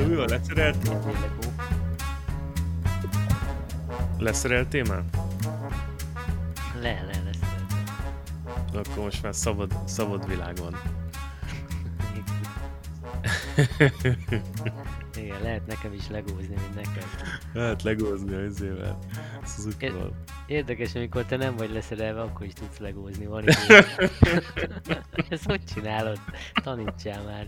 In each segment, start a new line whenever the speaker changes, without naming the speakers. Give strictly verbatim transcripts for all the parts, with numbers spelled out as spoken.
Mi van, leszerelt? Leszereltél már?
Le, le, leszereltem.
Akkor most már szabad, szabad világ van.
Igen, lehet nekem is legózni, mint neked.
Lehet legózni az izével, Suzuki-val.
Érdekes, amikor te nem vagy leszerelve, akkor is tudsz legózni, van idő. Ezt hogy csinálod? Tanítsál már.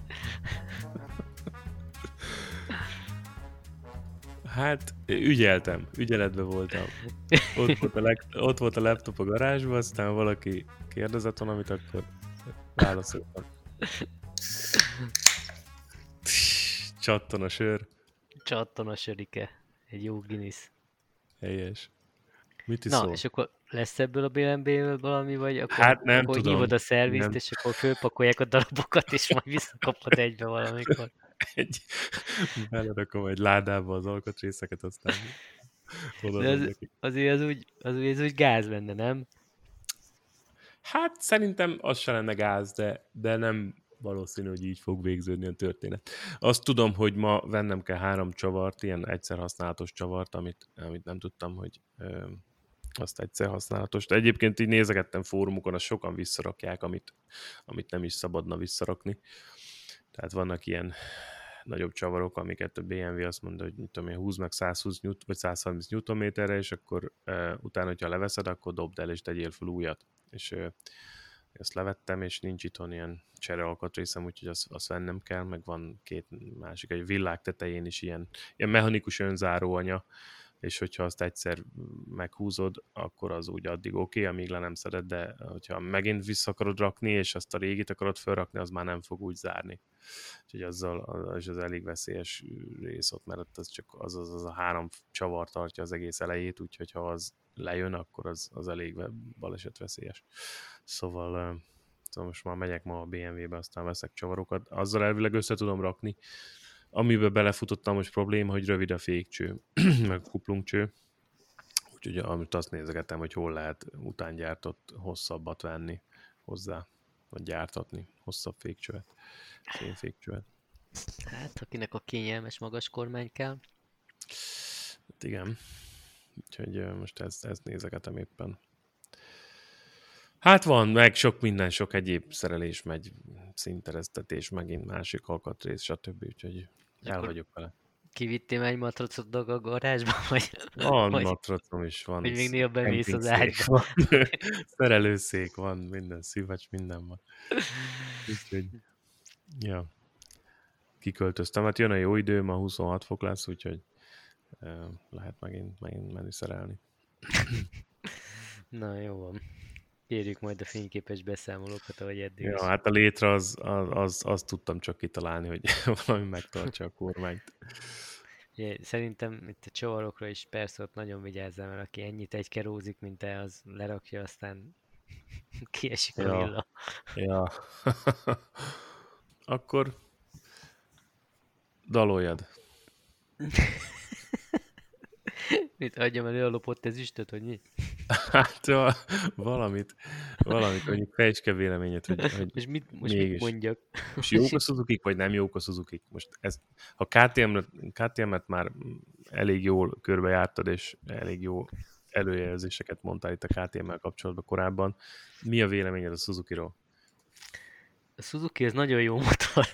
Hát, ügyeltem, ügyeletben voltam. Ott volt, a leg, ott volt a laptop a garázsban, aztán valaki kérdezett valamit, akkor válaszoltam. Csattan a sör.
Csattan a sörike. Egy jó Guinness.
Helyes. Mit
Na,
iszol?
és akkor lesz ebből a bé em bé-ből valami, vagy akkor,
Hát nem
akkor
tudom.
hívod a szervizt,
Nem.
és akkor fölpakolják a darabokat, és majd visszakapod egybe valamikor.
Egy, belerakom egy ládába az alkatrészeket, aztán
De az, azért az úgy, az úgy, az úgy gáz lenne, nem?
Hát szerintem az se lenne gáz, de, de nem valószínű, hogy így fog végződni a történet. Azt tudom, hogy ma vennem kell három csavart, ilyen egyszer használatos csavart, amit, amit nem tudtam, hogy ö, azt egyszer használatos. De egyébként így nézegettem fórumokon, azt sokan visszarakják, amit, amit nem is szabadna visszarakni. Tehát vannak ilyen nagyobb csavarok, amiket a bé em vé azt mondja, hogy mit tudom én, húz meg száz húsz Newton, vagy száz harminc Newtonméterre, és akkor uh, utána, hogyha leveszed, akkor dobd el, és tegyél fel újat. És uh, ezt levettem, és nincs itthon ilyen cserealkatrészem, úgyhogy azt, azt vennem kell, meg van két másik, egy világ tetején is ilyen, ilyen mechanikus önzáróanya, és hogyha azt egyszer meghúzod, akkor az úgy addig oké, okay, amíg le nem szeded, de hogyha megint vissza akarod rakni, és azt a régit akarod felrakni, az már nem fog úgy zárni. Úgyhogy azzal az, az elég veszélyes rész ott, mert az csak az, az, az a három csavar tartja az egész elejét, úgyhogy ha az lejön, akkor az, az elég balesetveszélyes. Szóval, szóval most már megyek ma a bé em vé-be, aztán veszek csavarokat. Azzal elvileg össze tudom rakni. Amiben belefutottam most probléma, hogy rövid a fékcső, meg a kuplungcső. Úgyhogy amit azt nézegettem, hogy hol lehet utángyártott hosszabbat venni hozzá, vagy gyártatni hosszabb fékcsövet, fényfékcsövet.
Hát, akinek a kényelmes magas kormány kell.
Hát igen. Úgyhogy most ezt, ezt nézegetem éppen. Hát van, meg sok minden, sok egyéb szerelés megy, színtereztetés, megint másik alkatrész, stb. Úgyhogy el vagyok vele.
Kivittél egy matracot a garázsba, vagy...
Van
vagy,
matracom is, van.
Hogy még néha bemész az ágyba.
Szerelőszék van, minden szívacs, minden van. Úgyhogy, ja. Kiköltöztem. Hát jön a jó idő, ma huszonhat fok lesz, úgyhogy uh, lehet megint, megint menni szerelni.
Na, jó van. Kérjük majd a fényképes beszámolókat, ahogy eddig
Ja,
is.
hát a létre az, az, az, az tudtam csak kitalálni, hogy valami megtartsa a kormányt.
Ugye, szerintem itt a csavarokra is persze ott nagyon vigyázzál, mert aki ennyit egykerózik, mint te, az lerakja, aztán kiesik a
Ja,
villa.
ja. Akkor daloljad.
Mit, adjam elő a lopott ezüstöt, hogy mi?
Hát ja, valamit, valamit, mondjuk fejtske véleményet, hogy, hogy
most mit, most
mégis.
mit mondjak?
Most jók a Suzukik, vagy nem jók a Suzukik? Most ez, ha ká té em-et, ká té em-et már elég jól körbejártad, és elég jó előjelzéseket mondtál itt a ká té em-mel kapcsolatban korábban, mi a véleményed a Suzukiról?
A Suzuki ez nagyon jó motor.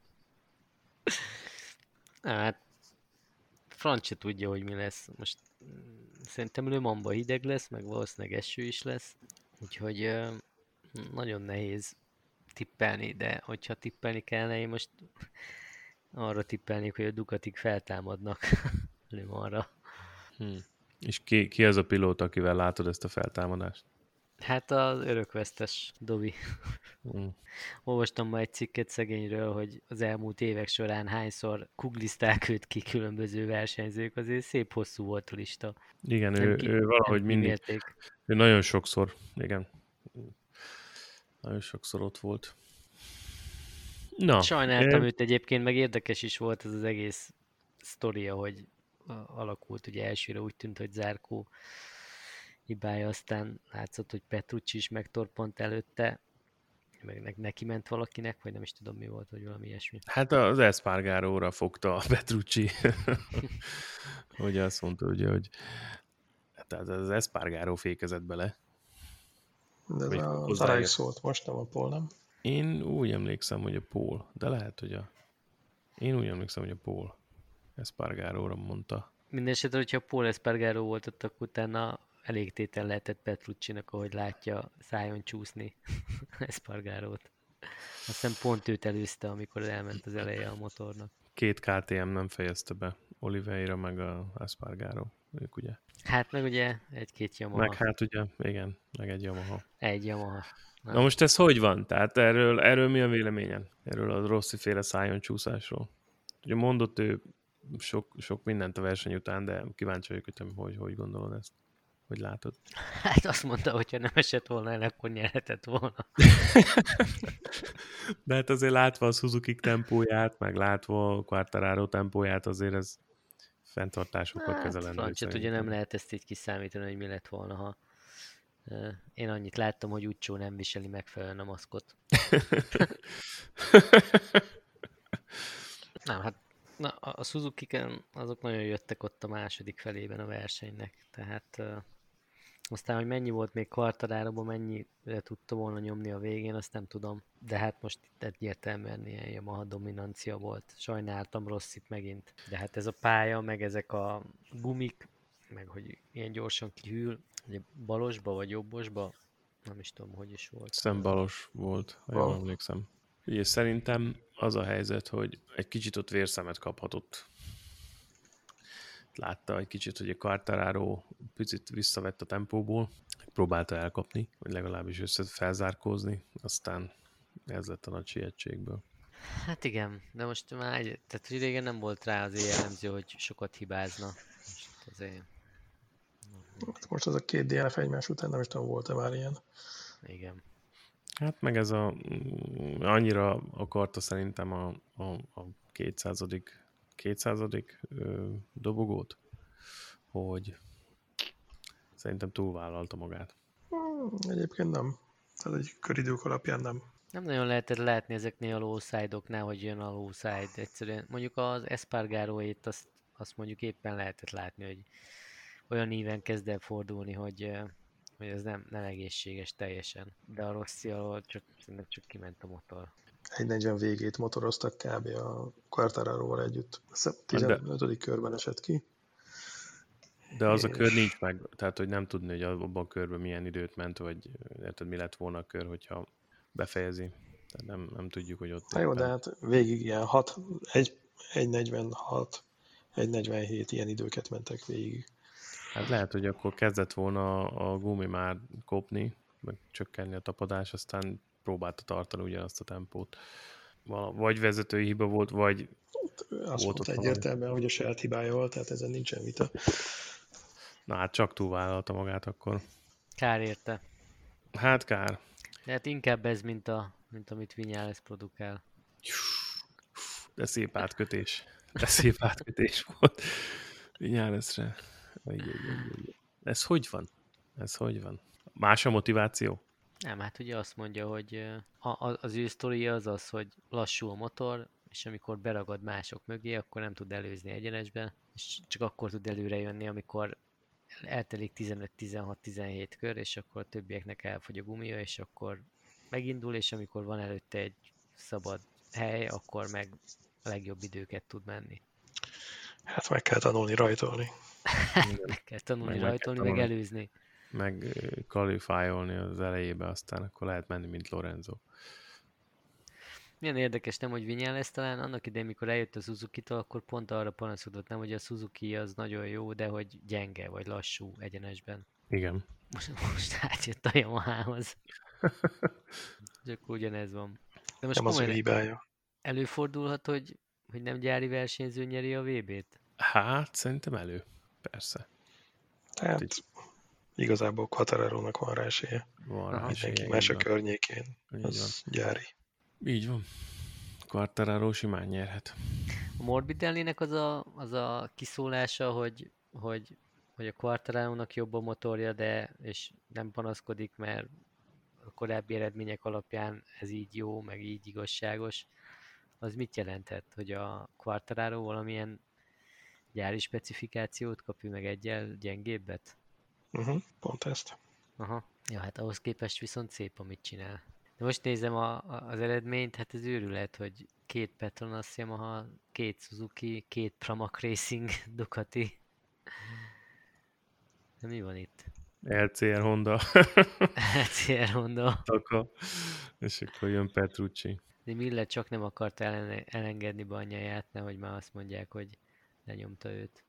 Hát, franc se tudja, hogy mi lesz. Most szerintem Le Mansban hideg lesz, meg valószínűleg eső is lesz. Úgyhogy uh, nagyon nehéz tippelni, de hogyha tippelni kellene, én most arra tippelnék, hogy a Ducatik feltámadnak Le Mansra.
Hmm. És ki, ki az a pilóta, akivel látod ezt a feltámadást?
Hát az örökvesztes Dobi.
Hmm.
Olvastam ma egy cikket szegényről, hogy az elmúlt évek során hányszor kuglizták őt ki különböző versenyzők, azért szép hosszú volt a lista.
Igen, ő, ki, ő valahogy mindig, ő nagyon sokszor, igen, nagyon sokszor ott volt. Na,
sajnáltam é... őt egyébként, meg érdekes is volt ez az egész sztoria, hogy alakult, ugye elsőre úgy tűnt, hogy Zarco hibája, aztán látszott, hogy Petrucci is megtorpant előtte. meg neki ment valakinek, vagy nem is tudom mi volt, vagy valami ilyesmi.
Hát az Espargaróra fogta a Petrucci, hogy azt mondta, ugye, hogy tehát az Espargaró fékezett bele.
De ez
Vagy
a
hozzáért.
Taraj szólt most, nem a Paul, nem?
Én úgy emlékszem, hogy a Paul, de lehet, hogy a... Én úgy emlékszem, hogy a Paul Espargaróra mondta.
Mindenesetre, hogyha Paul Espargaró volt ott, akkor utána elég tétel lehetett Petruccinak, ahogy látja szájon csúszni Espargarót. Azt hiszem pont őt előzte, amikor elment az eleje a motornak.
Két ká té em nem fejezte be, Oliveira meg a Espargaró, ők ugye.
Hát meg ugye egy-két Yamaha.
Meg hát ugye, igen, meg egy Yamaha.
Egy Yamaha.
Na, Na most ez hogy van? Tehát erről, erről mi a véleményen? Erről a Rossi féle szájon csúszásról. Ugye mondott ő sok, sok mindent a verseny után, de kíváncsi vagyok, hogy te hogy, hogy gondolod ezt. Hogy látod?
Hát azt mondta, hogyha nem esett volna el, akkor nyerhetett volna.
De hát azért látva a Suzuki tempóját, meg látva a Quartararo tempóját, azért ez fenntartásokat
hát,
kezelendő.
Francsot ugye nem lehet ezt így kiszámítani, hogy mi lett volna, ha uh, én annyit láttam, hogy Uccio nem viseli megfelelően a maszkot. Nem, hát na, a Suzuki-ken azok nagyon jöttek ott a második felében a versenynek, tehát uh, aztán, hogy mennyi volt még Quartararo-ban, mennyire tudta volna nyomni a végén, azt nem tudom. De hát most itt egyértelműen ilyen Yamaha dominancia volt. Sajnáltam Rossit megint. De hát ez a pálya, meg ezek a gumik, meg hogy ilyen gyorsan kihűl, ugye balosba vagy jobbosba, nem is tudom, hogy is volt.
Szembalos volt, ha jól emlékszem. Ugye szerintem az a helyzet, hogy egy kicsit ott vérszemet kaphatott. Látta egy kicsit, hogy a Quartararo picit visszavett a tempóból, próbálta elkapni, vagy legalábbis össze felzárkózni, aztán ez lett a nagy sietségből.
Hát igen, de most már egy, tehát régen nem volt rá azért jellemző, hogy sokat hibázna. Most azért...
Most az a két dé en ef egymás után nem is tudom, volt-e már ilyen.
Igen.
Hát meg ez a... annyira akarta szerintem a, a, a kétszázadik kétszázadik ö, dobogót, hogy szerintem túlvállalta magát.
Hmm, egyébként nem. Tehát egy köridők alapján nem.
Nem nagyon lehetett látni ezeknél a low-side-oknál, hogy jön a low-side. Egyszerűen mondjuk az Espargaróét azt, azt mondjuk éppen lehetett látni, hogy olyan íven kezd el fordulni, hogy, hogy ez nem, nem egészséges teljesen. De a Rossi alól csak, csak kiment a motor.
egy negyven végét motoroztak kb. A Quartararóval együtt. tizenötödik körben esett ki.
De az és... a kör nincs meg, tehát hogy nem tudni, hogy abban a körben milyen időt ment, vagy érted, mi lett volna a kör, hogyha befejezi. Tehát nem, nem tudjuk, hogy ott...
Na jó, de hát végig ilyen hat, egy negyvenhat, egy negyvenhét ilyen időket mentek végig.
Hát lehet, hogy akkor kezdett volna a gumi már kopni, meg csökkenni a tapadás, aztán próbálta tartani ugyanazt a tempót. Vagy vezetői hiba volt, vagy...
Azt volt egyértelműen, hogy a saját hibája volt, tehát ezen nincsen vita.
Na hát csak túlvállalta magát akkor.
Kár érte.
Hát kár.
Hát inkább ez, mint, a, mint amit Viñales produkál.
De szép átkötés. De szép átkötés volt. Viñalesre. Ez hogy van? Ez hogy van? Más a motiváció?
Nem, hát ugye azt mondja, hogy a, a, az ő sztoria az az, hogy lassú a motor, és amikor beragad mások mögé, akkor nem tud előzni egyenesben, és csak akkor tud előre jönni, amikor eltelik tizenöt tizenhat tizenhét kör, és akkor a többieknek elfogy a gumia, és akkor megindul, és amikor van előtte egy szabad hely, akkor meg a legjobb időket tud menni.
Hát meg kell tanulni rajtolni.
meg kell tanulni meg rajtolni, meg, meg előzni.
Meg qualifyolni az elejébe, aztán akkor lehet menni, mint Lorenzo.
Milyen érdekes, nem, hogy Viñales talán annak idején, mikor eljött a Suzuki-tól, akkor pont arra panaszkodott, nem, hogy a Suzuki az nagyon jó, de hogy gyenge, vagy lassú egyenesben.
Igen.
Most, most átjött a Yamahához. Csak ugyanez van. De most
nem az ő hibája.
Előfordulhat, hogy, hogy nem gyári versenyző nyeri a vé bét?
Hát, szerintem elő. Persze.
Hát, így... igazából Quartararónak van rá esélye.
Van rá esélye.
Mindenki más a környékén.
Így
az
van.
Gyári.
Így van. Quartararo simán nyerhet.
A Morbidellinek az a, az a kiszólása, hogy, hogy, hogy a Quartararónak jobb a motorja, de és nem panaszkodik, mert a korábbi eredmények alapján ez így jó, meg így igazságos, az mit jelenthet, hogy a Quartararo valamilyen gyári specifikációt kapja meg egyel gyengébbet?
Uh-huh, pont ezt.
Aha. Ja, hát ahhoz képest viszont szép, amit csinál. De most nézem a, a, az eredményt, hát ez őrület, hogy két Petronas Yamaha, két Suzuki, két Pramac Racing Ducati. De mi van itt?
el cé er Honda.
el cé er Honda.
Taka. És akkor jön Petrucci.
De Miller csak nem akarta ellen, elengedni Bagnaia-t, nehogy már azt mondják, hogy lenyomta őt.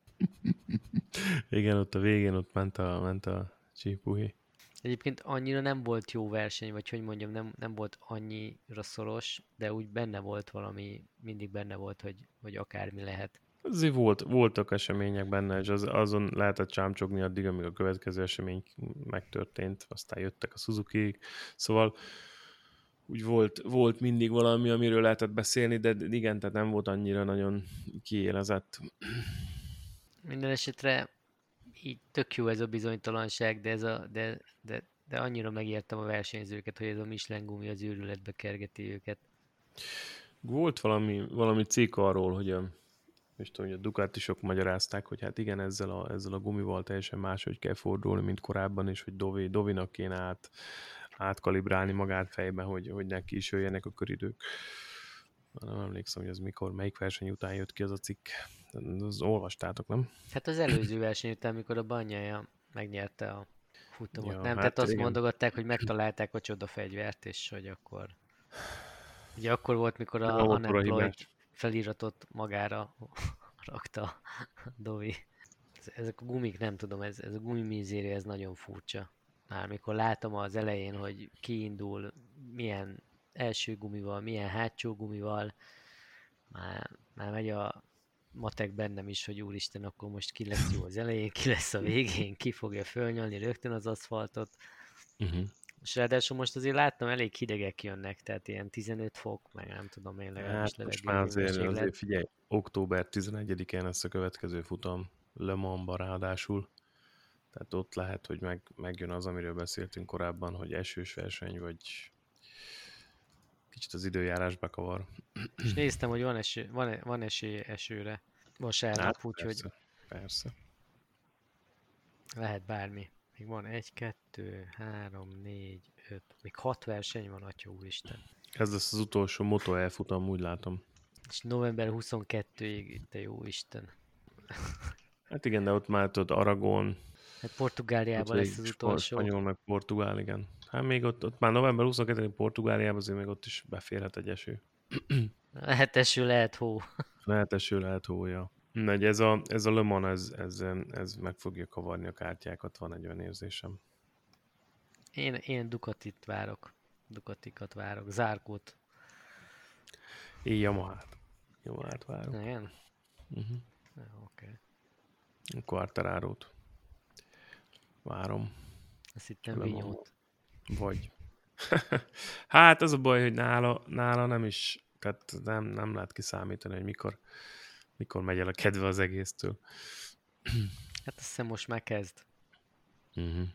Igen, ott a végén ott ment a, ment a csípuhi.
Egyébként annyira nem volt jó verseny, vagy hogy mondjam, nem, nem volt annyira szoros, de úgy benne volt valami, mindig benne volt, hogy, hogy akármi lehet.
Azért volt, voltak események benne, és az, azon lehetett csámcsogni addig, amíg a következő esemény megtörtént, aztán jöttek a Suzuki, szóval úgy volt, volt mindig valami, amiről lehetett beszélni, de igen, tehát nem volt annyira nagyon kiélezett.
Minden esetre így tök jó ez a bizonytalanság, de, ez a, de, de, de annyira megértem a versenyzőket, hogy ez a Michelin gumi az őrületbe kergeti őket.
Volt valami, valami cikk arról, hogy a, és tudom, hogy a Ducatisok magyarázták, hogy hát igen, ezzel a, ezzel a gumival teljesen máshogy kell fordulni, mint korábban, és hogy Dovi, Dovinak kéne át, átkalibrálni magát fejben, hogy, hogy neki is jöjjenek a köridők. Nem emlékszem, hogy ez mikor, melyik verseny után jött ki az a cikk. Az olvastátok, nem?
Hát az előző verseny után, amikor a Bagnaia megnyerte a futamot,
Ja,
nem?
hát
Tehát azt
igen.
mondogatták, hogy megtalálták a csodafegyvert, és hogy akkor... Ugye akkor volt, mikor a
Nem volt
Unemployed
hibás.
feliratot magára rakta Dovi. Ezek a gumik, nem tudom, ez, ez a gumimizéria, ez nagyon furcsa. Már mikor látom az elején, hogy kiindul, milyen első gumival, milyen hátsó gumival, már, már megy a matek bennem is, hogy úristen, akkor most ki lesz jó az elején, ki lesz a végén, ki fogja fölnyalni rögtön az aszfaltot.
Uh-huh.
És ráadásul most azért láttam, elég hidegek jönnek, tehát ilyen tizenöt fok, meg nem tudom én, legalábbis
Hát most már azért,
levegőhőmérséklet.
azért figyelj, október tizenegyedikén lesz a következő futam Le Mans-ba ráadásul. Tehát ott lehet, hogy meg, megjön az, amiről beszéltünk korábban, hogy esős verseny, vagy kicsit az időjárás bekavar.
És néztem, hogy van, eső, van, van esély esőre vasárnap,
Hát,
úgyhogy
persze, persze.
lehet bármi. Még van egy, kettő, három, négy, öt, még hat verseny van, atya úristen.
Ez lesz az utolsó Moto E futam, úgy látom.
És november huszonkettedikéig, te jó Isten.
Hát igen, de ott már tudod Aragon,
Hát Portugáliában lesz az utolsó.
Spanyol, meg Portugál, igen. Hát még ott, ott már november huszonkettedikén Portugáliában azért még ott is beférhet egy eső.
Lehet eső, lehet hó.
Lehet eső, lehet hója. Nagy, ez a, ez a Le Mans, ez, ez, ez meg fogja kavarni a kártyákat, van egy olyan érzésem.
Én, én Ducatit várok. Ducatikat várok. Zárkót.
Én Yamahát. Yamahát várok.
Igen?
Uh-huh.
Ja, oké. Okay.
Quartararo-t. Várom.
Azt hittem
Le Mans.
Vinyót.
Vagy. Hát az a baj, hogy nála, nála nem is, tehát nem, nem lehet kiszámítani, hogy mikor, mikor megy el a kedve az egésztől.
Hát azt hiszem most már kezd.
Uh-huh.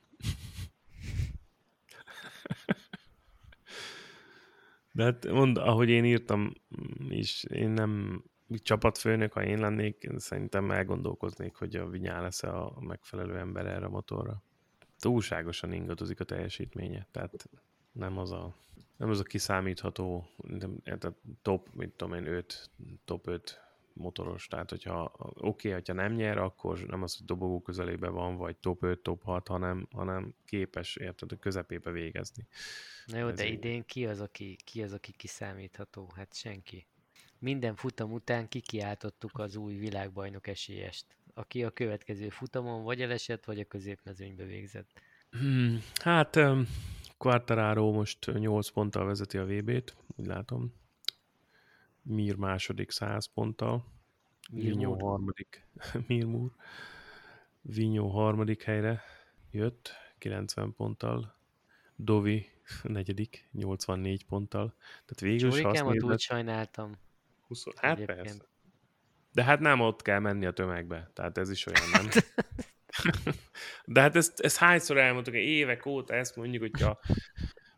De hát mond, ahogy én írtam is, én nem csapatfőnök, ha én lennék, én szerintem elgondolkoznék, hogy a Vinyá lesz a megfelelő ember erre a motorra. Túlságosan ingadozik a teljesítménye, tehát nem az a, nem az a kiszámítható, tehát top, mint tudom én, öt, top öt motoros, tehát hogyha oké, okay, hogyha nem nyer, akkor nem az, hogy dobogó közelében van, vagy top öt, top hat, hanem, hanem képes, érted, a közepébe végezni.
Na jó, de
Ez
idén ki az, aki, ki az, aki kiszámítható? Hát senki. Minden futam után kikiáltottuk az új világbajnok esélyest, aki a következő futamon vagy elesett, vagy a középmezőnybe végzett.
Hmm, hát um, Quartararo most nyolc ponttal vezeti a vé bét, úgy látom. Mir második száz ponttal. Vinyó harmadik. Mir Moore. Vinyó harmadik helyre jött, kilencven ponttal. Dovi negyedik, nyolcvannégy ponttal. Tehát végül is azt
nézed... úgy sajnáltam.
húsz... Hát egyébként. Persze. De hát nem ott kell menni a tömegbe. Tehát ez is olyan, nem? De hát ezt, ezt hányszor elmondtuk, évek óta ezt mondjuk, hogyha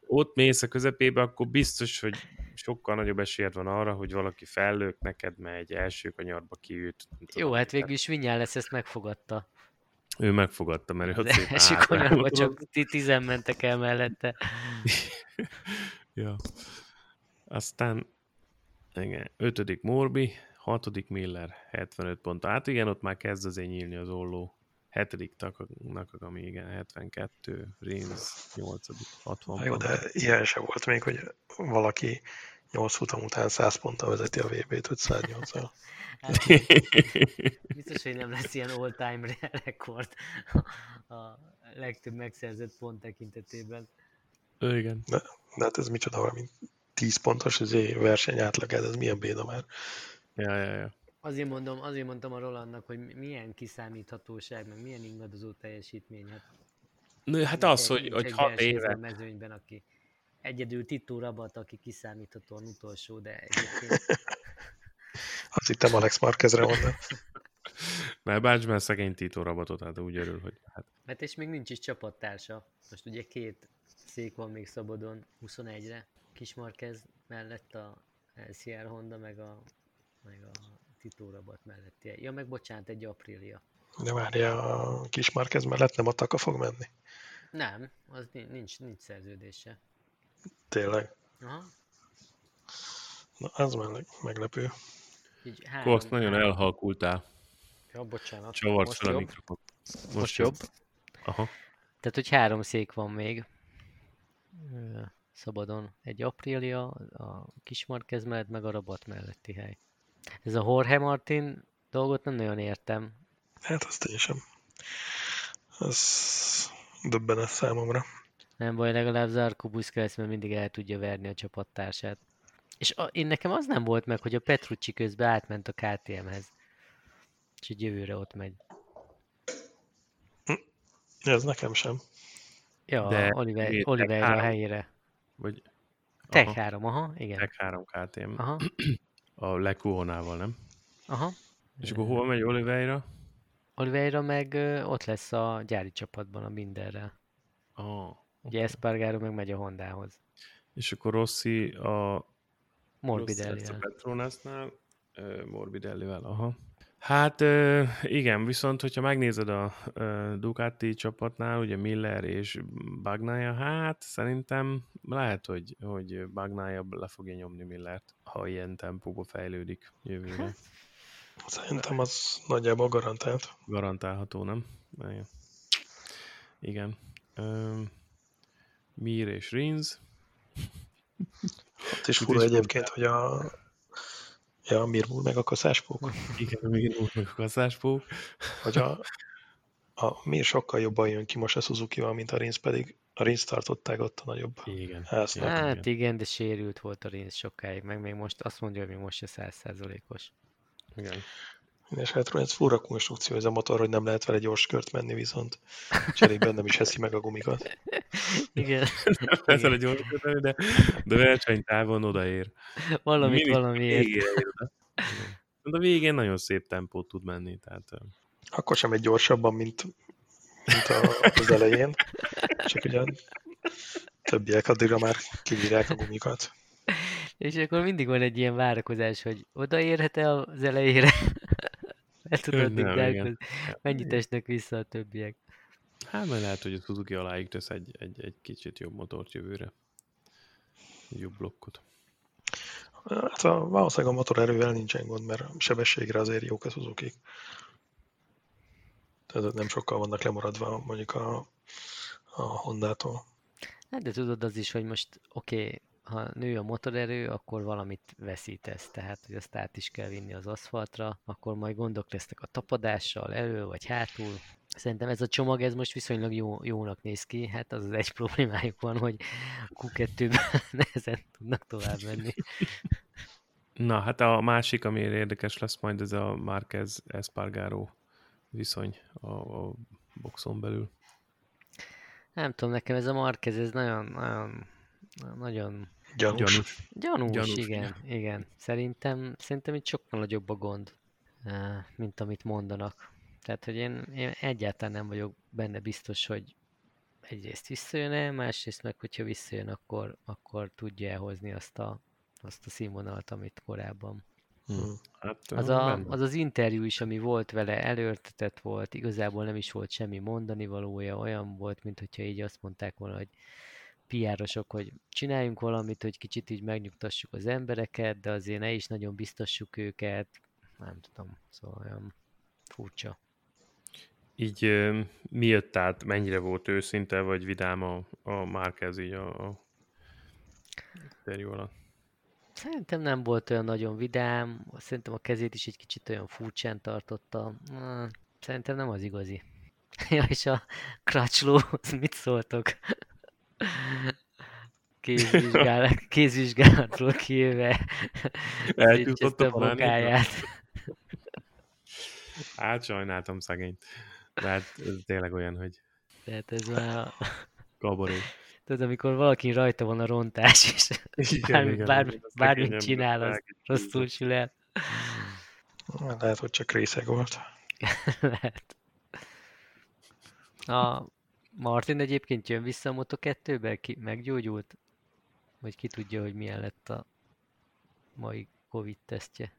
ott mész a közepébe, akkor biztos, hogy sokkal nagyobb esélyed van arra, hogy valaki fellők neked, megy első kanyarba kiüt.
Jó, hát végül is Vinyá lesz, ezt megfogadta.
Ő megfogadta, mert ő
Az
ott szépen
első
hátrálva.
kanyarba csak tizen mentek el mellette.
Ja. Aztán igen, ötödik Morbi, hatodik Miller, hetvenöt pont. Hát igen, ott már kezd azért nyílni az olló. Hetedik Nakagami, igen, hetvenkettő, Rins, nyolcadik, hatvan
Jó,
pont.
de ilyen se volt még, hogy valaki nyolc futam után száz ponttal vezeti a vé bét, hogy száz nyolccal.
Hát, biztos, hogy nem lesz ilyen all-time rekord a legtöbb megszerzett pont tekintetében.
Igen.
De, de hát ez micsoda, valami tíz pontos az verseny átlagád, ez milyen béna már.
Ja, ja, ja.
Azért mondom, azért mondtam a Rolandnak, hogy milyen kiszámíthatóság, meg milyen ingadozó teljesítmény. Hát,
Nő, hát az, hogy, hogy hat
a
éve.
mezőnyben, aki egyedül Tito Rabat, aki kiszámíthatóan utolsó, de egyébként...
Azt hittem Alex Marquezre mondom.
Mert bács már szegény Tito Rabatot, hát úgy örül, hogy hát.
Mert és még nincs is csapattársa. Most ugye két szék van még szabadon, huszonegyre. Kis Marquez mellett a el cé er Honda, meg a, meg a Tito Rabat melletti. Ja, meg bocsánat, egy Aprilia.
De várja, a Kis Marquez mellett nem a Taka fog menni?
Nem, az nincs, nincs szerződése.
Tényleg?
Aha.
Na, az meg, meglepő.
Így három,
Kosz, nagyon
három.
elhalkultál.
Ja, bocsánat.
Csavart
Most
fel a
jobb?
mikrofon. Most,
Most jobb?
Aha.
Tehát, hogy három szék van még. Szabadon egy Aprilia, a Kis Marquez mellett, meg a Rabat melletti hely. Ez a Jorge Martin dolgot nem nagyon értem.
Hát azt én sem. Ez döbbenet számomra.
Nem baj, legalább Zarko Busquets, mert mindig el tudja verni a csapattársát. És a, én nekem az nem volt meg, hogy a Petrucci közben átment a ká té emhez. És így jövőre ott megy.
Ez nekem sem.
Ja,
De
Oliver,
Tech
Oliveira a
három.
helyére.
Vagy...
Tech
Aha.
három, aha, igen.
Tech három ká té em.
Aha,
A Lekuhonával, nem?
aha.
És akkor hova megy Oliveira?
Oliveira meg ö, ott lesz a gyári csapatban a Binderrel.
Ah,
Ugye Espargaro meg megy a Hondához.
és akkor Rossi a Rossi lesz a
Morbidellivel.
Petronasnál, uh, Morbidellivel, aha. Hát uh, igen, viszont hogyha megnézed a uh, Ducati csapatnál, ugye Miller és Bagnaia, hát szerintem lehet, hogy, hogy Bagnaia le fogja nyomni Millert, ha ilyen tempóba fejlődik jövőre.
Szerintem az nagyjából garantált.
Garantálható, nem? Igen. Igen. Um, Mir és Rins.
Ott is fura egyébként, hogy a ja, a Mirmur meg a kaszáspók.
Igen, a Mir úr meg a kaszáspók.
Hogy a, a Mir sokkal jobban jön ki most a Suzuki-val, mint a Rins, pedig a Rins tartották ott a nagyobb
Igen.
háznak.
Igen.
Hát igen, de sérült volt a Rins sokáig, meg még most azt mondja, hogy még most se száz százalékos.
Igen.
És hát ez fura konstrukció ez a motor, hogy nem lehet vele gyors kört menni, viszont cserében nem is eszi meg a gumikat.
Igen.
Ezzel a gyors köteni, de, de versenytávon odaér.
Valamit
Mindig
valamiért.
végére ér oda. De a végén nagyon szép tempót tud menni. Tehát,
Akkor sem egy gyorsabban, mint, mint a, az elején, csak ugye többiek addigra már kivírják a gumikat.
És akkor mindig van egy ilyen várakozás, hogy odaérhet-e az elejére? El tudod,
Nem,
de
igen.
mennyit esnek vissza a többiek.
hát majd lehet, hogy a Suzuki aláig tesz egy, egy, egy kicsit jobb motort jövőre. Egy jobb blokkot.
Hát a, valószínűleg a motorerővel nincsen gond, mert sebességre azért jók a Suzuki. Tehát nem sokkal vannak lemaradva mondjuk a, a Hondától.
Hát de tudod az is, hogy most oké, okay, ha nő a motorerő, akkor valamit veszítesz. Tehát, hogy azt át is kell vinni az aszfaltra, akkor majd gondok lesznek a tapadással, elő vagy hátul. Szerintem ez a csomag, ez most viszonylag jó, jónak néz ki. Hát az az egy problémájuk van, hogy kú kettőben nehezen tudnak tovább menni.
Na, hát a másik, ami érdekes lesz majd, ez a Márquez Espargaro viszony a, a boxon belül.
Nem tudom, nekem ez a Marquez, ez nagyon, nagyon, nagyon
Gyanús.
Gyanús.
gyanús,
Gyanús,
igen, igen. Szerintem, szerintem itt sokkal nagyobb a gond, eh, mint amit mondanak. Tehát, hogy én, én egyáltalán nem vagyok benne biztos, hogy egyrészt visszajön-e, másrészt meg, hogyha visszajön, akkor, akkor tudja elhozni azt a, azt a színvonalat, amit korábban.
Hm. Hát
Az,
uh,
a,
benne.
az az interjú is, ami volt vele, előrtetett volt, igazából nem is volt semmi mondani valója, olyan volt, mint hogyha így azt mondták volna, hogy pé er-osok, hogy csináljunk valamit, hogy kicsit így megnyugtassuk az embereket, de azért ne is nagyon biztassuk őket, nem tudom, szóval olyan furcsa.
Így ö, mi jött át, mennyire volt őszinte, vagy vidám a, a Márquez így a, a interjú alatt?
Szerintem nem volt olyan nagyon vidám, szerintem a kezét is egy kicsit olyan furcsán tartotta. Na, szerintem nem az igazi. Ja, és a crutchló, az mit szóltok? Kézvizsgálat, kézvizsgálatról kijöve szétcseszte a
Elcsúsztatok már néha?
bokáját.
Hát sajnáltam szegényt. De hát ez tényleg olyan, hogy
Tehát ez már,
kabaré.
tudod, amikor valaki rajta van a rontás, és
Igen,
bármi,
igen.
bármi,
A
bármit
szegény
csinál,
ember
az
elkezdődött.
rosszul sül el.
Lehet, hogy csak részeg volt.
Lehet. A Martin egyébként jön vissza a Moto kettőbe? Ki meggyógyult? Vagy ki tudja, hogy milyen lett a mai Covid tesztje?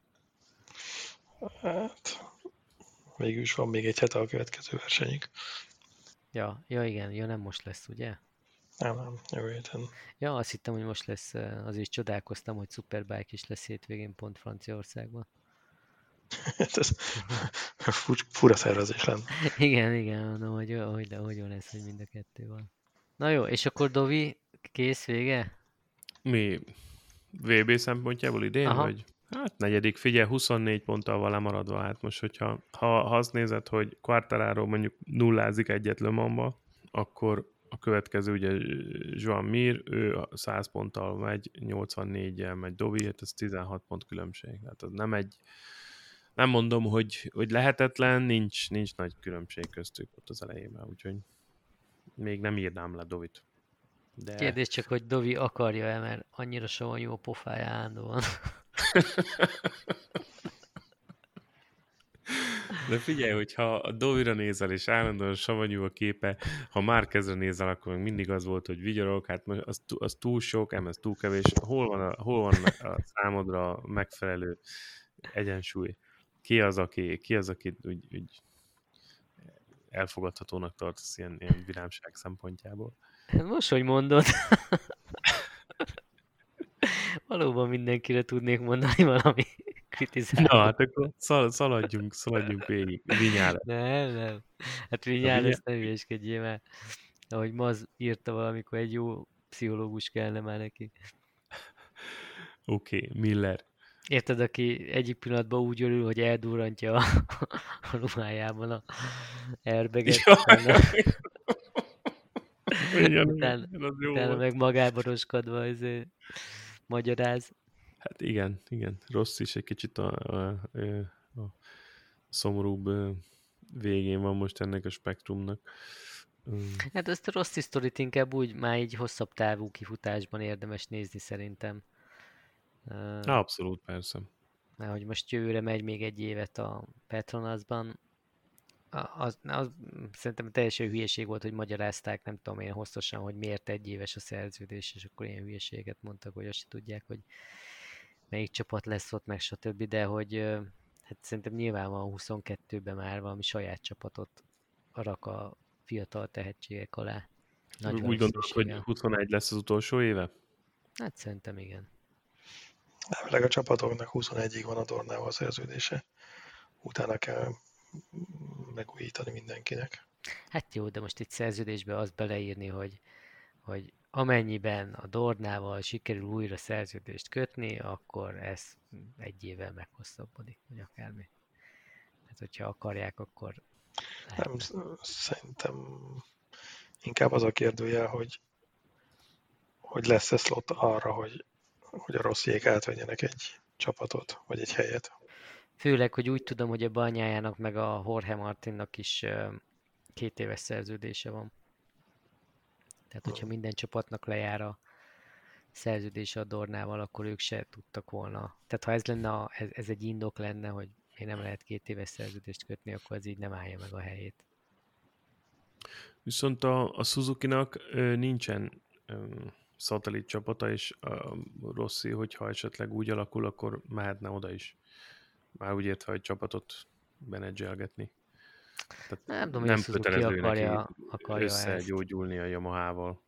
Hát, végül is van még egy hete a következő versenyig.
Ja, ja igen, ja nem most lesz, ugye?
Nem, nem, jövő héten.
Ja, azt hittem, hogy most lesz, eh, azért is csodálkoztam, hogy Superbike is lesz hétvégén pont Franciaországban.
Hát ez fur- fura szervezés lenne.
Igen, igen, mondom, hogy hogy, de hogy lesz, hogy mind a kettő van. Na jó, és akkor Dovi, kész, vége?
Mi vé bé szempontjából idén,
Aha.
vagy? Hát negyedik, figyelj, huszonnégy ponttal van lemaradva, hát most, hogyha ha, ha azt nézed, hogy Quartararo mondjuk nullázik egyet Le Mansba, akkor a következő ugye Joan Mir, ő a száz ponttal megy, nyolcvannégyel megy Dovi, hát ez tizenhat pont különbség. Hát az nem egy, nem mondom, hogy, hogy lehetetlen, nincs, nincs nagy különbség köztük ott az elejében, úgyhogy még nem írnám le Dovit. De...
Kérdés csak, hogy Dovi akarja-e, mert annyira savanyú a pofája állandóan.
De figyelj, hogyha a Dovira nézel, és állandóan savanyú a képe, ha már kezdre nézel, akkor még mindig az volt, hogy vigyorok, hát most az, az túl sok, em, ez túl kevés. Hol van, a, hol van a számodra megfelelő egyensúly? Ki az, aki, ki az, aki úgy, úgy elfogadhatónak tartasz ilyen, ilyen vidámság szempontjából?
Hát most, hogy mondod, valóban mindenkire tudnék mondani valami kritizálni.
Na, hát akkor szal, szaladjunk, szaladjunk végig. Vinyára.
Nem, nem. Hát
A
Vinyál,
Vinyá-
ezt ne hülyeskedjél már. Ahogy Maz írta valamikor, egy jó pszichológus kellene már neki.
Oké, okay, Miller.
Érted, aki egyik pillanatban úgy örül, hogy eldurrantja a, a ruhájában a airbaget,
Ja.
utána,
Igen,
utána,
igen, az jó
utána
volt.
meg magába roskadva ezért magyaráz.
Hát igen, igen. Rossz is egy kicsit a, a, a, a szomorúbb végén van most ennek a spektrumnak.
Hát ezt a rossz sztorit inkább úgy már így hosszabb távú kifutásban érdemes nézni szerintem. Uh,
Abszolút, persze.
Mert hogy most jövőre megy még egy évet a Petronasban, az, az szerintem teljesen hülyeség volt, hogy magyarázták, nem tudom én hosszasan, hogy miért egy éves a szerződés, és akkor ilyen hülyeséget mondtak, hogy azt se tudják, hogy melyik csapat lesz ott, meg stb. De hogy hát szerintem nyilván van huszonkettőben már valami saját csapatot rak a fiatal tehetségek alá. Nagy
Úgy gondolod, hogy
valószínűséggel.
huszonegy lesz az utolsó éve?
Hát szerintem igen.
Elvileg a csapatoknak huszonegyig van a tornával a szerződése. Utána kell megújítani mindenkinek.
Hát jó, de most itt szerződésbe azt beleírni, hogy, hogy amennyiben a Dornával sikerül újra szerződést kötni, akkor ez egy évvel meghosszabbodik, vagy akármi. Hát, hogyha akarják, akkor
Nem,
lehetne.
szerintem inkább az a kérdőjel, hogy, hogy lesz-e slot arra, hogy, hogy a rossziék átvegyenek egy csapatot, vagy egy helyet.
Főleg, hogy úgy tudom, hogy a Banyájának meg a Jorge Martinnak is ö, két éves szerződése van. Tehát, hogyha minden csapatnak lejár a szerződése a Dornával, akkor ők se tudtak volna. Tehát, ha ez lenne, a, ez, ez egy indok lenne, hogy még nem lehet két éves szerződést kötni, akkor ez így nem állja meg a helyét.
Viszont a, a Suzuki-nak ö, nincsen ö, szatellit csapata, és a Rossi, hogyha esetleg úgy alakul, akkor mehetne oda is. Már úgy értve, hogy csapatot menedzselgetni. Tehát
Nem tudom, hogy a
nem
Suzuki
kötelező neki
akarja, akarja ezt.
összegyógyulni a Yamahával.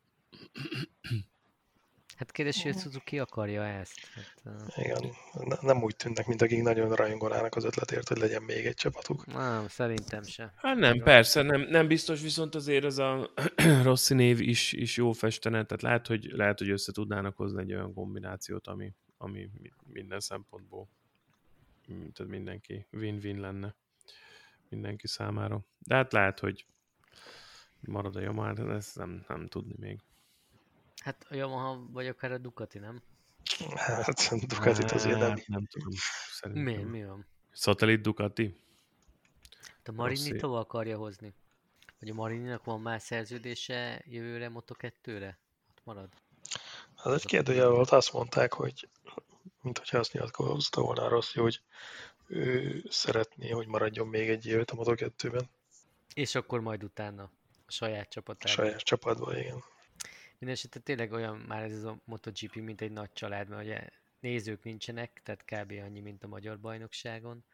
Hát kérdés, hogy a Suzuki akarja ezt. Hát, uh,
Igen, ne- nem úgy tűnnek, mint akik nagyon rajonganának az ötletért, hogy legyen még egy csapatuk.
nem, szerintem se.
Hát nem, persze, nem, nem biztos, viszont azért ez a Rossi név is, is jó festene, tehát lehet hogy, lehet, hogy össze tudnának hozni egy olyan kombinációt, ami, ami minden szempontból tehát mindenki win-win lenne mindenki számára. De hát lehet, hogy marad a Yamaha, de ezt nem, nem tudni még.
Hát a Yamaha vagy akár a Ducati, nem?
Hát Ducatit azért nem.
Hát, nem tudom. Szerintem.
Mi? Mi van?
Szatellit Ducati?
A Marini
Rossi.
tova akarja hozni? Vagy a Marininak van már szerződése jövőre moto kettőre? Ott marad?
Az egy kérdőjel volt, azt mondták, hogy mint hogyha azt nyilatkozta volna a Rossi, hogy ő szeretné, hogy maradjon még egy évet a moto kettőben.
És akkor majd utána a saját csapatában.
Saját csapatban, igen.
Mindenesetre tényleg olyan már ez a MotoGP, mint egy nagy család, mert ugye nézők nincsenek, tehát kb. Annyi, mint a magyar bajnokságon.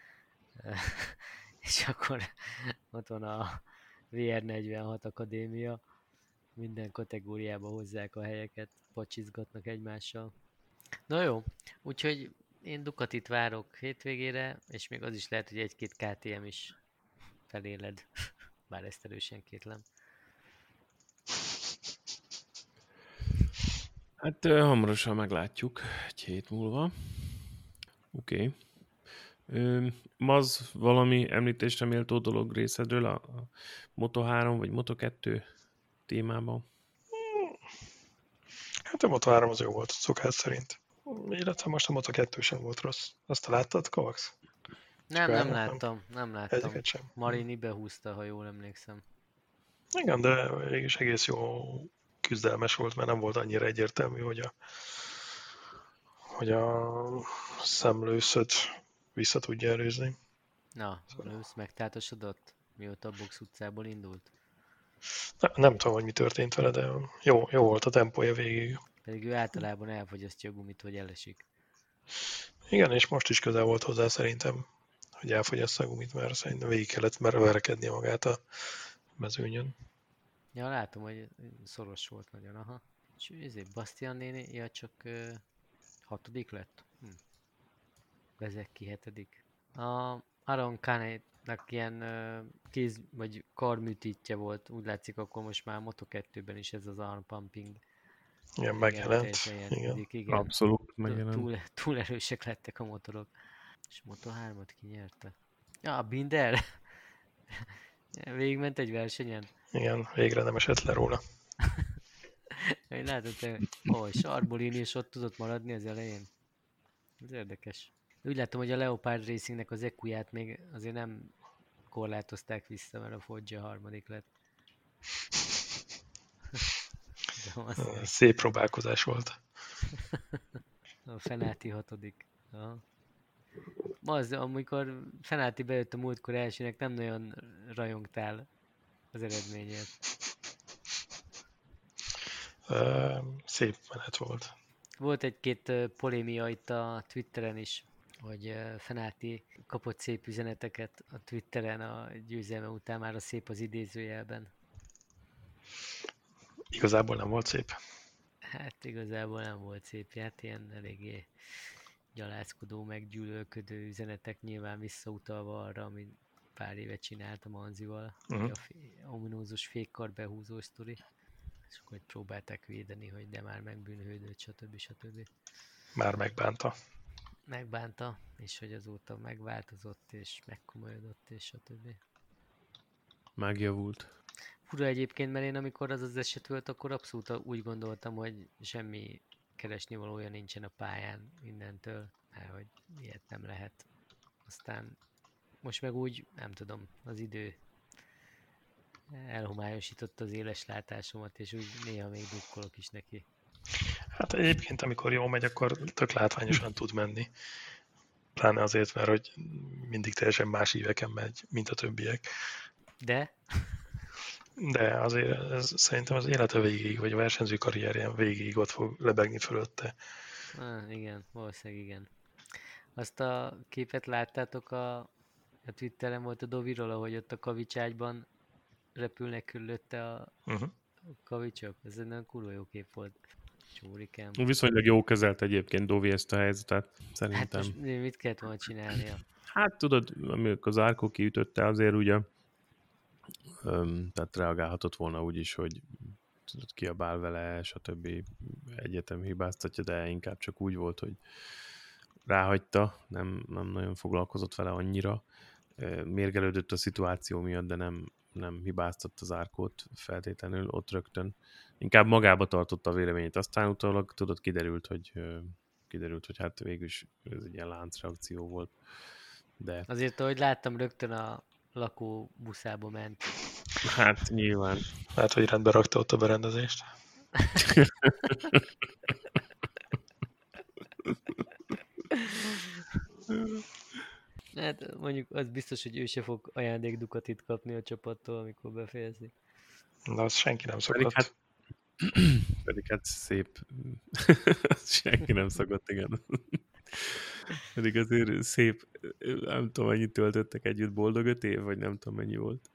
És akkor ott van a vé er negyvenhat Akadémia, minden kategóriába hozzák a helyeket, pacsizgatnak egymással. Na jó, úgyhogy én Ducatit várok hétvégére, és még az is lehet, hogy egy-két ká té em is feléled, bár ezt erősen kétlem.
Hát ö, hamarosan meglátjuk, egy hét múlva. Oké. Okay. Maz valami említésre méltó dolog részedről a, a moto három vagy moto kettő témában?
Hát a moto három az jó volt, szokás szerint. Illetve most a moto kettő sem volt rossz. Azt láttad, Kovacs?
Nem,
Csak
nem
nem-
láttam, nem láttam.
Egyiket sem.
Marini behúzta, ha jól emlékszem.
Igen, de mégis egész jó küzdelmes volt, mert nem volt annyira egyértelmű, hogy a, hogy a szemlőszöt vissza tudja előzni.
Na, Lewis megtátosodott, mióta a box utcából indult.
Ne, nem tudom, hogy mi történt vele, de jó, jó volt a tempója végig.
Pedig ő általában elfogyasztja a gumit, hogy elesik.
Igen, és most is közel volt hozzá szerintem, hogy elfogyassza a gumit, mert szerintem végig kellett már verekednie magát a mezőnyön.
Ja, látom, hogy szoros volt nagyon, aha. És ezért Bastian néni, ja, csak uh, hatodik lett? Hm. Bezeki hetedik. A Aaron Canet-nak ilyen uh, kéz vagy karműtítje volt, úgy látszik, akkor most már Moto kettőben is ez az arm pumping.
Igen, megjelent.
teljesen
Igen.
jelentkezik, igen.
Abszolút
Túl,
megjelent.
túl, túl erősek lettek a motorok. És Moto hármat ki nyerte? Ja, Binder! Végigment egy versenyen.
Igen, végre nem esett le róla.
Én látod, te, ó, Sarbolini is ott tudott maradni az elején. Ez érdekes. Úgy látom, hogy a Leopard Racingnek az ekuját még azért nem korlátozták vissza, mert a Foggia harmadik lett. De az
Szép próbálkozás volt.
a Fenati hatodik. Aha. Az, amikor Fenati bejött a múltkor elsőnek, nem nagyon rajongtál az eredményért.
Szép menet volt.
Volt egy-két ö, polémia itt a Twitteren is, hogy ö, Fenati kapott szép üzeneteket a Twitteren a győzelme után, már a szép az idézőjelben.
Igazából nem volt szép.
Hát igazából nem volt szép, hát ilyen eléggé gyalázkodó, meggyűlölködő üzenetek, nyilván visszautalva arra, amit pár éve csinált a Manzival,
Uh-huh.
a fé- ominózus fékkar behúzó sztori, és akkor próbálták védeni, hogy de már megbűnhődött, stb. stb.
Már megbánta.
Megbánta, és hogy azóta megváltozott, és megkomolyodott, és stb.
Megjavult.
Fura egyébként, mert én amikor az az eset volt, akkor abszolút úgy gondoltam, hogy semmi keresni valója nincsen a pályán mindentől, mert hogy ilyet nem lehet. Aztán most meg úgy, nem tudom, az idő elhomályosította az éles látásomat, és úgy néha még drukkolok is neki.
Hát egyébként, amikor jól megy, akkor tök látványosan tud menni. Pláne azért, mert hogy mindig teljesen más íveken megy, mint a többiek.
De?
De azért ez, szerintem az élete végéig, vagy a versenyző karrierjen végéig ott fog lebegni fölötte.
Ah, igen, valószínűleg igen. Azt a képet láttátok a, a Twitteren volt a Doviról, ahogy ott a kavicságyban repülnek körülötte a
Uh-huh.
kavicsok? Ez egy nagyon kurva jó kép volt. Csórikám.
Viszonylag jó kezelt egyébként Dovi ezt a helyzetet,
Hát
szerintem.
most mit kellett volna csinálnia?
Hát tudod, amikor az Árkó kiütötte, azért ugye öm, tehát reagálhatott volna úgy is, hogy tudod, kiabál vele, stb. Egyetem hibáztatja, de inkább csak úgy volt, hogy ráhagyta, nem, nem nagyon foglalkozott vele annyira. Mérgelődött a szituáció miatt, de nem, nem hibáztatta az Árkót feltétlenül ott rögtön. Inkább magába tartotta a véleményét. Aztán utólag tudod, kiderült, hogy kiderült, hogy hát végül is ez egy ilyen láncreakció volt. De
Azért, ahogy láttam, rögtön a lakó buszába ment.
hát nyilván.
Lehet, hogy rendbe rakta ott a berendezést.
Hát mondjuk az biztos, hogy ő se fog ajándék Ducatit kapni a csapattól, amikor befejezik.
De azt senki nem
Pedig
szokott.
hát, pedig hát szép. Senki nem szokott, igen. Pedig azért szép, nem tudom, mennyit töltöttek együtt, boldog öt év, vagy nem tudom, mennyi volt.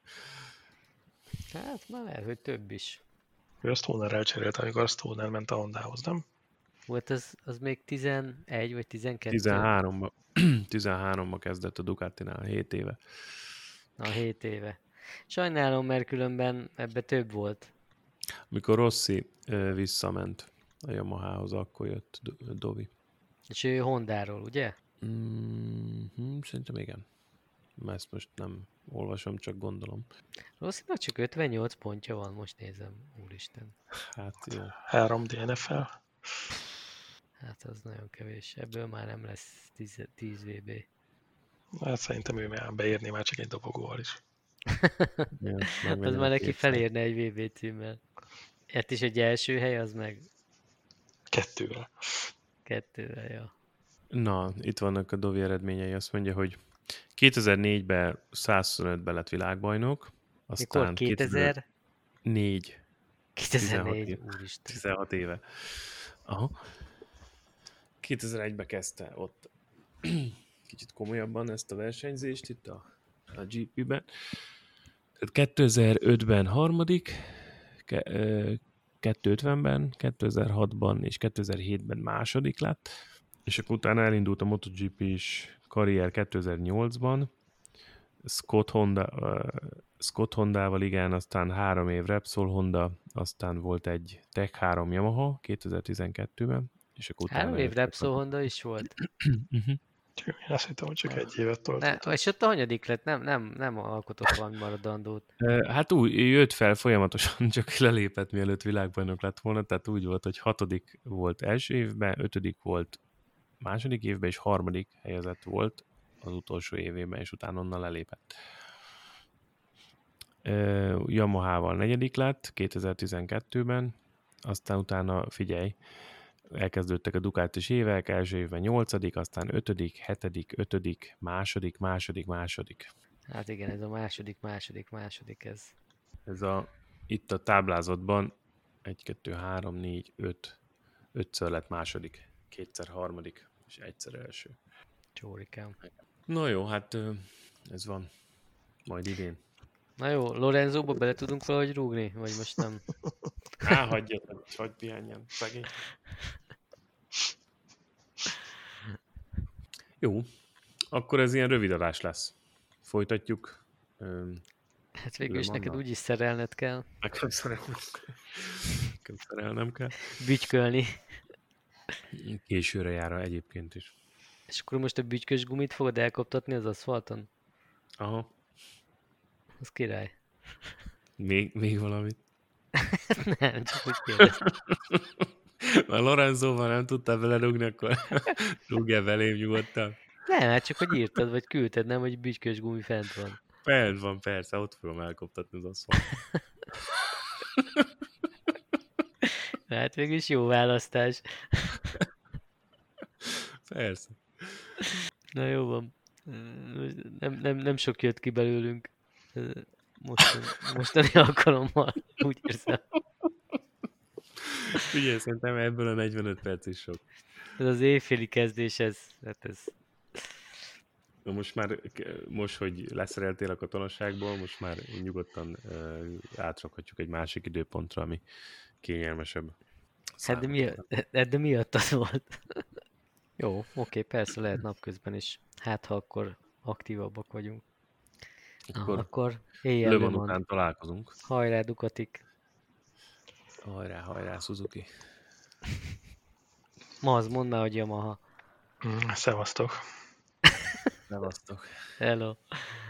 Hát már lehet, hogy több is.
Ő a Stonerrel cserélt, amikor a Stoner ment a Hondához, nem?
Volt az, az még tizenegy vagy tizenkettő?
tizenháromba, tizenháromba kezdett a Ducatinál, hét éve.
Na, hét éve. Sajnálom, mert különben ebbe több volt.
Mikor Rossi ö, visszament a Yamahához, akkor jött Do- Dovi.
És ő Hondáról, ugye?
Mm-hmm, szerintem igen. Ezt most nem olvasom, csak gondolom.
Rosszinak csak ötvennyolc pontja van, most nézem. Úristen.
Hát jó.
három dé en ef el.
Hát az nagyon kevés. Ebből már nem lesz tíz vé bé.
Hát szerintem ő már beérné már csak egy dobogóval is.
Ja,
Az már neki felérne egy vé bé címmel. Hát is egy első hely, az meg
Kettővel.
kettővel, ja.
Na, itt vannak a Dovi eredményei. Azt mondja, hogy kétezer-négyben százhuszonötben lett világbajnok, aztán
Mikor? kétezer?
négy.
kétezer-négy,
tizenhat
úristen.
tizenhat éve. Aha. kétezer-egyben kezdte ott kicsit komolyabban ezt a versenyzést itt a, a gé pé-ben. Tehát kétezer-ötben harmadik, ke, ö, kétezer-ötvenben, kétezer-hatban és kétezer-hétben második lett, és akkor utána elindult a MotoGP-s karrier kétezer-nyolcban, Scott, Honda, uh, Scott Hondával, igen, aztán három év Repsol Honda, aztán volt egy Tech három Yamaha kétezer-tizenkettőben, és akkor utána...
Három év Repsol Honda is volt?
uh-huh.
Én azt hittem, hogy csak egy évet töltött.
Ne, és ott a hanyadik lett? Nem, nem, nem alkotott valami maradandót.
Hát úgy, jött fel folyamatosan, csak lelépett, mielőtt világbajnok lett volna, tehát úgy volt, hogy hatodik volt első évben, ötödik volt második évben, és harmadik helyezett volt az utolsó évében, és utána onnan lelépett. Yamahával negyedik lett kétezer-tizenkettőben, aztán utána figyelj, elkezdődtek a Ducatis évek, első évben nyolcadik, aztán ötödik, hetedik, ötödik, második, második, második.
Hát igen, ez a második, második, második ez.
Ez a, itt a táblázatban egy, kettő, három, négy, öt, ötször lett második, kétszer harmadik, és egyszer első.
Csórikám.
Na jó, hát ez van. Majd idén.
Na jó, Lorenzóba bele tudunk valahogy rúgni? Vagy most nem?
Á, hagyja, hogy pihenjen, szegény. Jó, akkor ez ilyen rövid adás lesz. Folytatjuk.
Hát végül is neked úgyis szerelned kell.
Nekem szerelnem, Nekem szerelnem kell.
Bütykölni.
Későre jár egyébként is.
És akkor most a bütykös gumit fogod elkoptatni az aszfalton?
Aha.
Az király.
Még, még valamit?
Nem, csak úgy kérdeztem.
Már Lorenzóval nem tudtál belerúgni, akkor rúgjál belém nyugodtan.
Nem, hát csak hogy írtad, vagy küldted, nem, hogy bütykös gumi fent van.
Fent van, persze, ott fogom elkoptatni az aszfalt.
Hát végülis jó választás.
Persze.
Na jó van. Nem, nem, nem sok jött ki belőlünk. mostani, mostani alkalommal, úgy érzem.
Figyelj, szerintem ebből a negyvenöt perc is sok.
Ez az éjféli kezdés, ez, hát ez...
Na most már, most, hogy leszereltél a katonaságból, most már nyugodtan uh, átrakhatjuk egy másik időpontra, ami kényelmesebb.
Hát de, mi, hát de miattad volt? Jó, oké, persze lehet napközben is. Hát, ha akkor aktívabbak vagyunk.
Akkor,
ah, akkor éjjel
Le
Le
Mans
Mans.
után találkozunk.
Hajrá, Ducatik.
Hajrá, hajrá, Suzuki.
Ma az mondd már, hogy Yamaha.
Mm, Szevasztok.
Szevasztok.
Hello.